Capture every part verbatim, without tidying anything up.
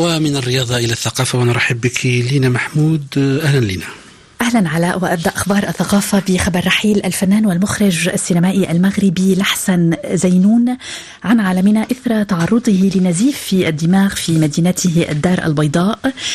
ومن الرياضة إلى الثقافة، ونرحب بك لينا محمود. أهلا لينا. أهلا علاء، وأبدأ أخبار الثقافة بخبر رحيل الفنان والمخرج السينمائي المغربي لحسن زينون عن عالمنا إثر تعرضه لنزيف في الدماغ في مدينته الدار البيضاء.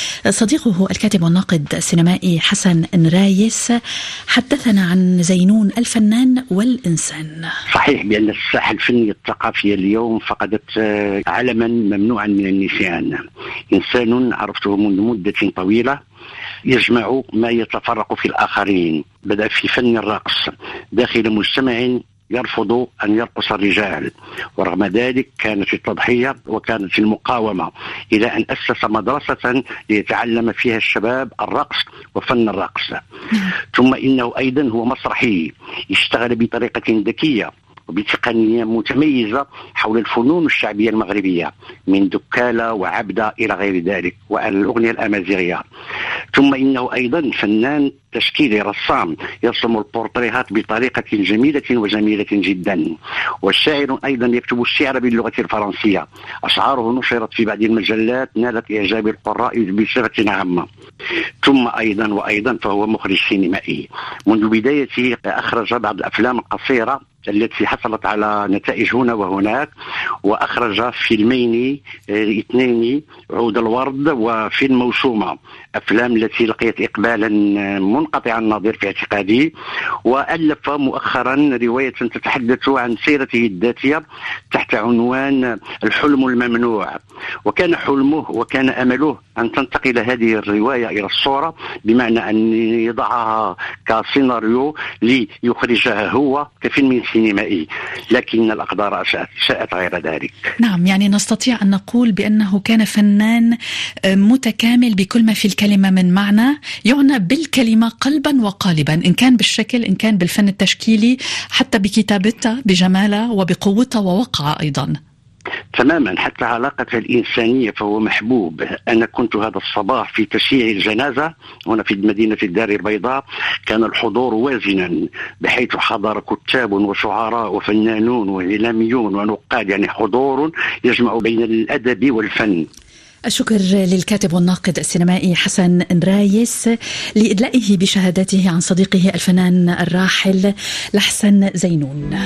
صديقه الكاتب والناقد السينمائي حسن نرايس حدثنا عن زينون الفنان والإنسان. صحيح بأن الساحة الفنية الثقافية اليوم فقدت علما ممنوعا من النسيان. إنسان عرفته منذ مدة طويلة يجمع ما يتفرق في الآخرين. بدأ في فن الرقص داخل مجتمع يرفض أن يرقص الرجال، ورغم ذلك كانت التضحية وكانت المقاومة إلى أن أسس مدرسة ليتعلم فيها الشباب الرقص وفن الرقص. ثم إنه أيضا هو مسرحي، اشتغل بطريقة ذكية وبتقنية متميزة حول الفنون الشعبية المغربية من دكالة وعبدة إلى غير ذلك والأغنية الأمازيغية. ثم إنه أيضا فنان تشكيلي، رسام يرسم البورتريهات بطريقة جميلة وجميلة جدا، والشاعر أيضا يكتب الشعر باللغة الفرنسية. أشعاره نشرت في بعض المجلات، نالت إعجاب القراء بصفة عامة. ثم أيضا وأيضا فهو مخرج سينمائي. منذ بدايته أخرج بعض الأفلام القصيرة التي حصلت على نتائج هنا وهناك، وأخرج فيلمين اثنين، عود الورد وفيلم موسومة، أفلام التي لقيت إقبالا منقطع النظير في اعتقادي. وألف مؤخرا رواية تتحدث عن سيرته الذاتية تحت عنوان الحلم الممنوع، وكان حلمه وكان أمله أن تنتقل هذه الرواية إلى الصورة، بمعنى أن يضعها كسيناريو ليخرجها هو كفيلم سينمائي، لكن الأقدار شاءت غير ذلك. نعم، يعني نستطيع أن نقول بأنه كان فنان متكامل بكل ما في الكلمة من معنى، يعنى بالكلمة قلبا وقالبا، إن كان بالشكل إن كان بالفن التشكيلي، حتى بكتابته بجمالة وبقوته ووقعه أيضا. تماما، حتى علاقة الإنسانية فهو محبوب. أنا كنت هذا الصباح في تشييع الجنازة هنا في مدينة الدار البيضاء، كان الحضور وازنا بحيث حضر كتاب وشعراء وفنانون وإعلاميون ونقاد، يعني حضور يجمع بين الأدب والفن. الشكر للكاتب والناقد السينمائي حسن نرايس لإدلائه بشهادته عن صديقه الفنان الراحل لحسن زينون.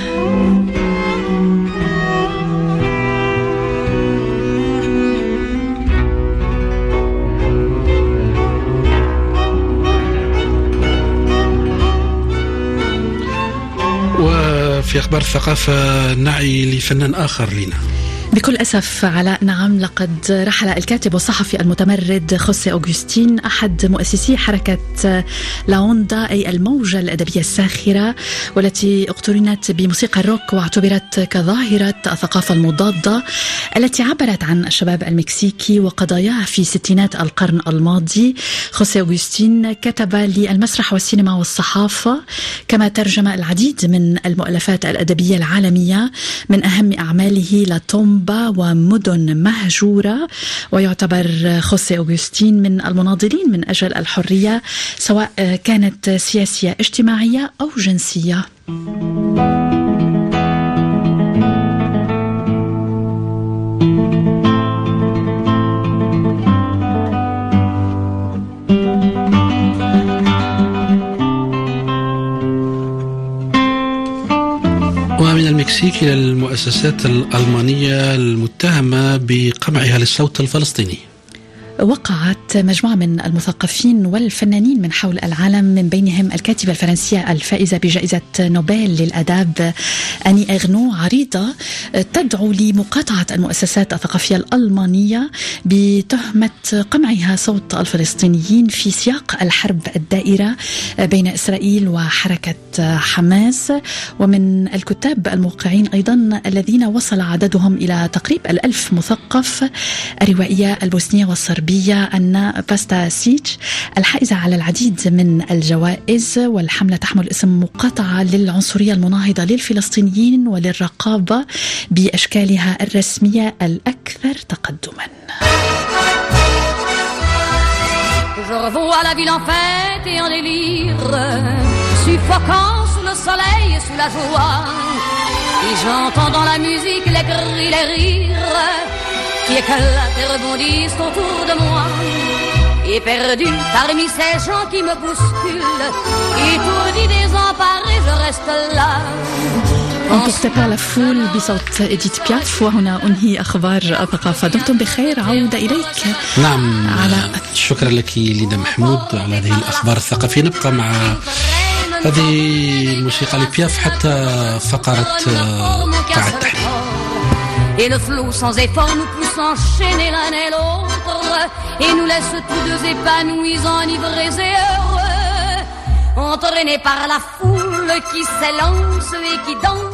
وفي أخبار الثقافة نعي لفنان آخر لنا. بكل أسف علاء، نعم، لقد رحل الكاتب والصحفي المتمرد خوسيه أوغسطين، أحد مؤسسي حركة لاوندا أي الموجة الأدبية الساخرة، والتي اقترنت بموسيقى الروك واعتبرت كظاهرة الثقافة المضادة التي عبرت عن الشباب المكسيكي وقضاياه في ستينات القرن الماضي. خوسيه أوغسطين كتب للمسرح والسينما والصحافة، كما ترجم العديد من المؤلفات الأدبية العالمية، من أهم أعماله لا تومبا ومدن مهجورة. ويعتبر خوسيه أوغسطين من المناضلين من أجل الحرية، سواء كانت سياسية اجتماعية أو جنسية. ومن المكسيك إلى المؤسسات الألمانية المتهمة بقمعها للصوت الفلسطيني. وقعت مجموعة من المثقفين والفنانين من حول العالم، من بينهم الكاتبة الفرنسية الفائزة بجائزة نوبل للأداب أني إغنو، عريضة تدعو لمقاطعة المؤسسات الثقافية الألمانية بتهمة قمعها صوت الفلسطينيين في سياق الحرب الدائرة بين إسرائيل وحركة حماس. ومن الكتاب الموقعين أيضا الذين وصل عددهم إلى تقريب الألف مثقف الروائية البوسنية والصربية أن باستا سيتش، الحائزة على العديد من الجوائز، والحملة تحمل اسم مقاطعة للعنصرية المناهضة للفلسطينيين وللرقابة بأشكالها الرسمية الأكثر تقدما. Je revois la ville en fête et en délire, suffocant sous le soleil et sous la joie, et j'entends dans la musique les cris, les rires, qui éclatent et rebondissent autour de moi. Et perdu parmi ces gens qui me bousculent, étourdi, désemparé, je reste là. Emporté par la foule بصوت إديت بياف. وهنا أنهي أخبار الثقافة. دمتم بخير. عودة إليك. نعم على شكرا لك لينا محمود على هذه الأخبار الثقافية. نبقى مع هذه الموسيقى لبياف حتى فقرة قاع التحليل. Et le flot sans effort nous pousse enchaîner l'un et l'autre et nous laisse tous deux épanouis, enivrés et heureux, entraînés par la foule qui s'élance et qui danse